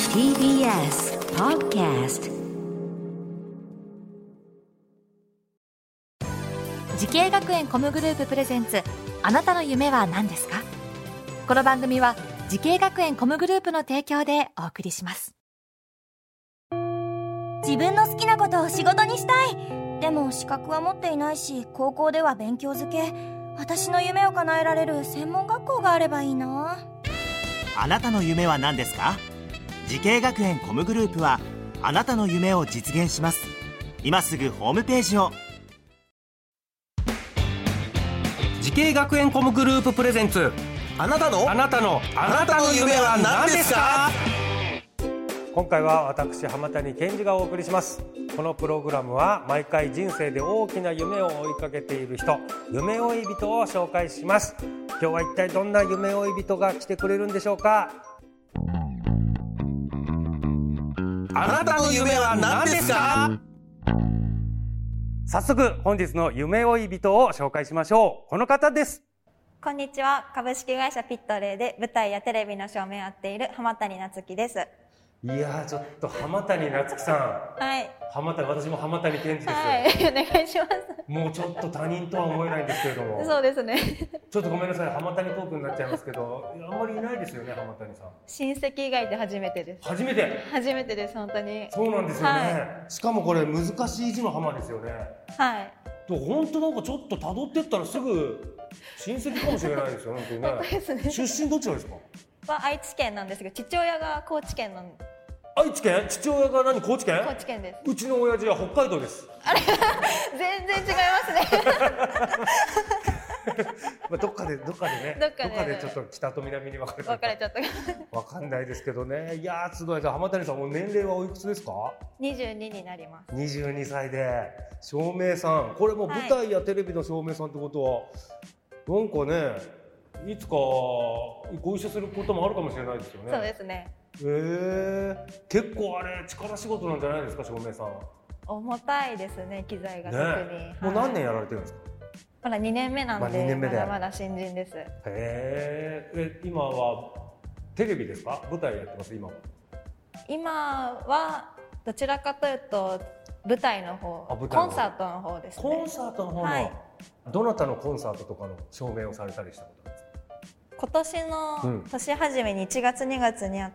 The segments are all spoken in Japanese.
TBS Podcast。 時系学園コムグループプレゼンツ、あなたの夢は何ですか？この番組は時系学園コムグループの提供でお送りします。 自分の好きなことを仕事にしたい。でも資格は持っていないし、高校では勉強づけ。私の夢を叶えられる専門学校があればいいな。 あなたの夢は何ですか？時系学園コムグループはあなたの夢を実現します。今すぐホームページを。 時系学園コムグループプレゼンツ、 あなたの夢は何ですか？ 今回は私浜谷健二がお送りします。このプログラムは毎回人生で大きな夢を追いかけている人、夢追い人を紹介します。今日は一体どんな夢追い人が来てくれるんでしょうか？ あなたの夢は何ですか？ 早速本日の夢追い人を紹介しましょう。この方です。 こんにちは。株式会社ピットレイで舞台やテレビの照明をやっている浜谷夏樹です。 いやちょっと浜谷夏樹さん。 はい。 私も浜谷健二です。 はい、お願いします。 もうちょっと他人とは思えないんですけれども。 そうですね。 ちょっとごめんなさい、浜谷トークになっちゃいますけど、あんまりいないですよね、浜谷さん。 親戚以外で初めてです。 初めてです、本当に。 そうなんですよね。 はい、 しかもこれ難しい字の浜ですよね。 はい。 本当なんかちょっと辿ってったらすぐ親戚かもしれないですよね。 本当ですね。 出身どちらですか？ は愛知県なんですけど、父親が高知県の。 愛知県？父親が何？高知県？ 高知県です。 うちの親父は北海道です。 あれ全然違いますね。 まあどっかでね。どっかでちょっと北と南に分かれちゃった。わかんないですけどね。いやーすごい。浜谷さんも年齢はおいくつですか ？22になります。 22歳で照明さん。これも舞台やテレビの照明さんってことは、なんかね、いつかご一緒することもあるかもしれないですよね。 そうですね。 結構あれ力仕事なんじゃないですか、照明さん。 重たいですね、機材が特に、 ね、もう何年やられてるんですか？ まだ2年目なんで、まだまだ新人です。 今はテレビですか？舞台やってます？ 今はどちらかというと舞台の方、コンサートの方ですね。 コンサートの方の、はい、どなたのコンサートとかの照明をされたりしたことありますか？ 今年の年始めに1月2月にあった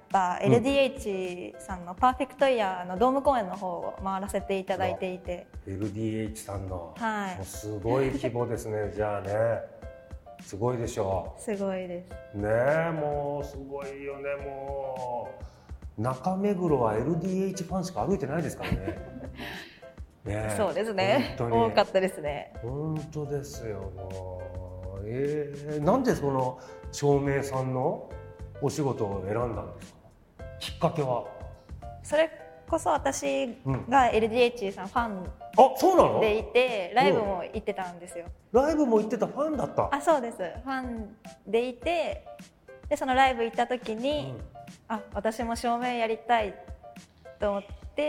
LDH さんのパーフェクトイヤーのドーム公演の方を回らせていただいていて、 LDH さんの、 はい、 もうすごい規模ですね。じゃあね、すごいでしょう。 すごいですね。もうすごいよね。もう中目黒は LDH ファンしか歩いてないですからね。 ね、そうですね。多かったですね。 本当ですよ。もうなんでその照明さんのお仕事を選んだんですか？きっかけは。 それこそ私が LDH さんファンでいて、ライブも行ってたんですよ。 ライブも行ってたファンだった？ あ、そうです。ファンでいて、でそのライブ行った時に、私も照明やりたいと思って、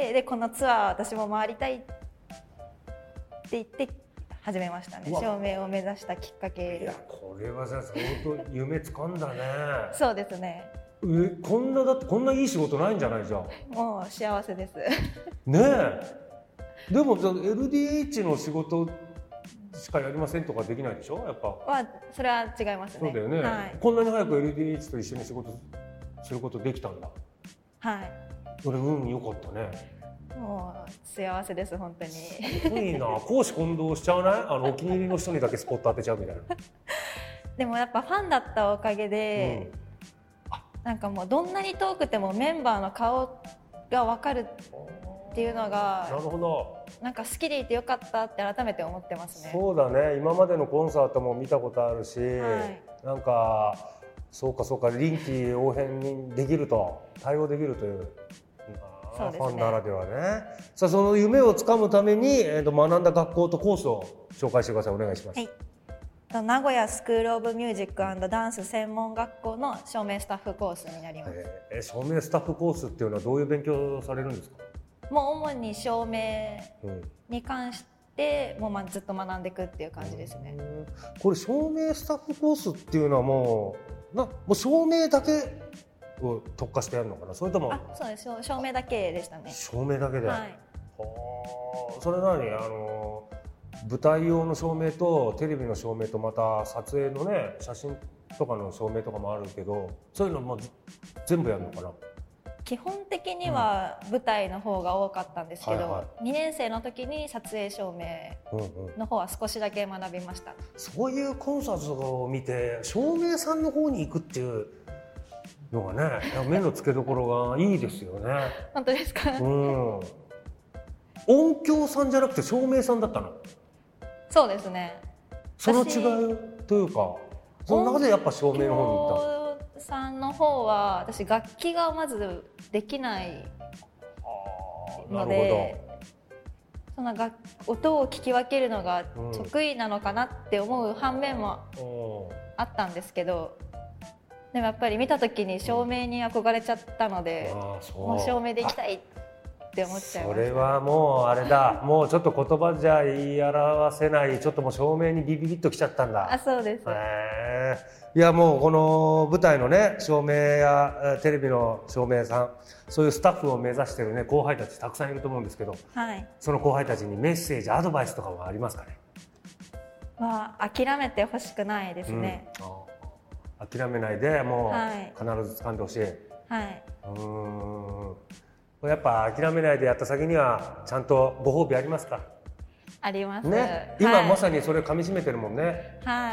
でこのツアー私も回りたいって言って始めましたね。照明を目指したきっかけ。 いや、これはさ、相当夢掴んだね。 そうですね。 こんないい仕事ないんじゃない？じゃあもう幸せです。 ねえ。でも LDH の仕事しかやりませんとかできないでしょ？やっぱそれは違いますね。 そうだよね、はい、こんなに早く LDH と一緒に仕事することできたんだ。 はい。 それ良かったね。 もう幸せです、本当に。 すごいな。公私混同しちゃわない？お気に入りの人にだけスポット当てちゃうみたいな。 でもやっぱファンだったおかげで、なんかもうどんなに遠くてもメンバーの顔が分かるっていうのが、 なるほど、 なんか好きでいてよかったって改めて思ってますね。 そうだね。今までのコンサートも見たことあるし、なんかそうか臨機応変にできると、対応できるという。そうですね、ファンならではね。さあ、その夢をつかむために、学んだ学校とコースを紹介してください。お願いします。 はい、名古屋スクールオブミュージック&ダンス専門学校の照明スタッフコースになります。 照明スタッフコースっていうのはどういう勉強をされるんですか？ もう主に照明に関してもうずっと学んでいくっていう感じですね。 これ照明スタッフコースっていうのはもう照明だけを特化してやるのかな、それともそうです、照明だけでしたね。 照明だけで、 はい、 それ何舞台用の照明とテレビの照明とまた撮影のね写真とかの照明とかもあるけど、そういうのも全部やるのかな。 基本的には舞台の方が多かったんですけど、 はいはい、 2年生の時に撮影照明の方は少しだけ学びました。 そういうコンサートを見て照明さんの方に行くっていうのがね、目の付けどころがいいですよね。 本当ですか？ 音響さんじゃなくて照明さんだったの？ そうですね。 その違いというか、なぜやっぱ照明の方に行ったの？ さんの方は私楽器がまずできないので、その音を聞き分けるのが得意なのかなって思う反面もあったんですけど、でもやっぱり見た時に照明に憧れちゃったので、もう照明で行きたいって思っちゃいました。 それはもうあれだ、もうちょっと言葉じゃ言い表せない、ちょっともう照明にビビビッときちゃったんだ。 そうです。 いやもうこの舞台のね照明やテレビの照明さん、そういうスタッフを目指してるね後輩たちたくさんいると思うんですけど、はい、その後輩たちにメッセージアドバイスとかはありますかね？ 諦めてほしくないですね。 諦めないでもう必ず掴んでほしい。はい、やっぱ諦めないでやった先にはちゃんとご褒美ありますか？ ありますね。今まさにそれ噛み締めてるもんね。はい。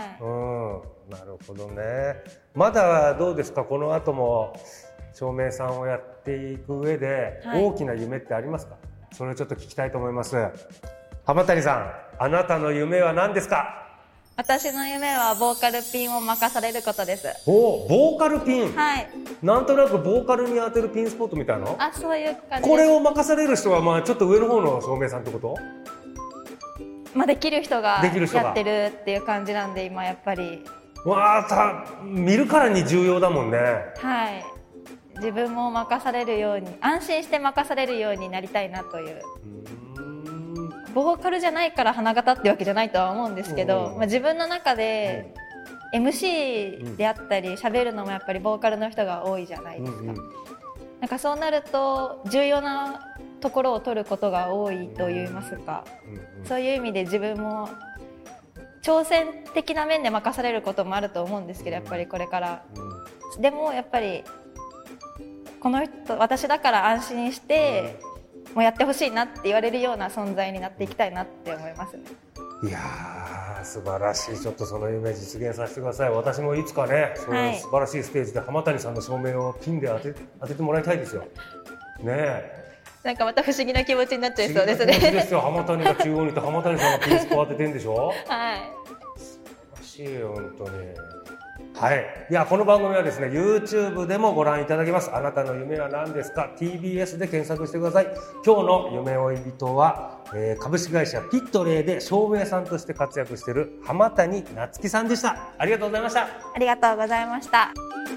なるほどね。まだどうですか、この後も照明さんをやっていく上で大きな夢ってありますか？それをちょっと聞きたいと思います。浜谷さん、あなたの夢は何ですか？ 私の夢はボーカルピンを任されることです。 ボーカルピン。 はい。 なんとなくボーカルに当てるピンスポットみたいなの？ そういう感じです。 これを任される人はちょっと上の方の照明さんってこと？ できる人がやってるっていう感じなんで、今やっぱり見るからに重要だもんね。 はい。自分も任されるように、安心して任されるようになりたいなという。ボーカルじゃないから花形ってわけじゃないとは思うんですけど、自分の中で MC であったり喋るのもやっぱりボーカルの人が多いじゃないですか。なんかそうなると重要なところを取ることが多いといいますか、そういう意味で自分も挑戦的な面で任されることもあると思うんですけど、やっぱりこれから、でもやっぱりこの人私だから安心してもうやってほしいなって言われるような存在になっていきたいなって思いますね。 いやー素晴らしい。ちょっとその夢実現させてください。私もいつかね、そういう素晴らしいステージで浜谷さんの照明をピンで当ててもらいたいですよ。ねえ。 なんかまた不思議な気持ちになっちゃいそうですね。 不思議な気持ちですよ。浜谷が中央にいて浜谷さんがピンスポ当ててんでしょ。はい。素晴らしいよ本当に。はい。いやこの番組はですね YouTube でもご覧いただけます。あなたの夢は何ですか TBS で検索してください。今日の夢追い人は、株式会社ピットレイで照明さんとして活躍している浜谷夏樹さんでした。ありがとうございました。 ありがとうございました。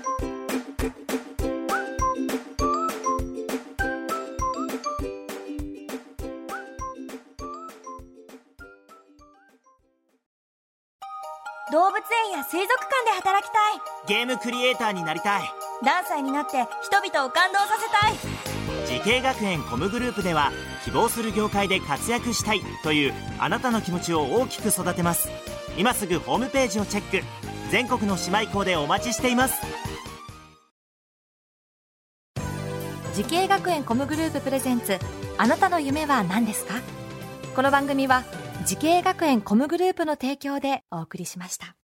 動物園や水族館で働きたい。 ゲームクリエイターになりたい。 何歳になって人々を感動させたい。 時系学園コムグループでは希望する業界で活躍したいというあなたの気持ちを大きく育てます。今すぐホームページをチェック。全国の姉妹校でお待ちしています。 時系学園コムグループプレゼンツ、あなたの夢は何ですか？この番組は時系学園コムグループの提供でお送りしました。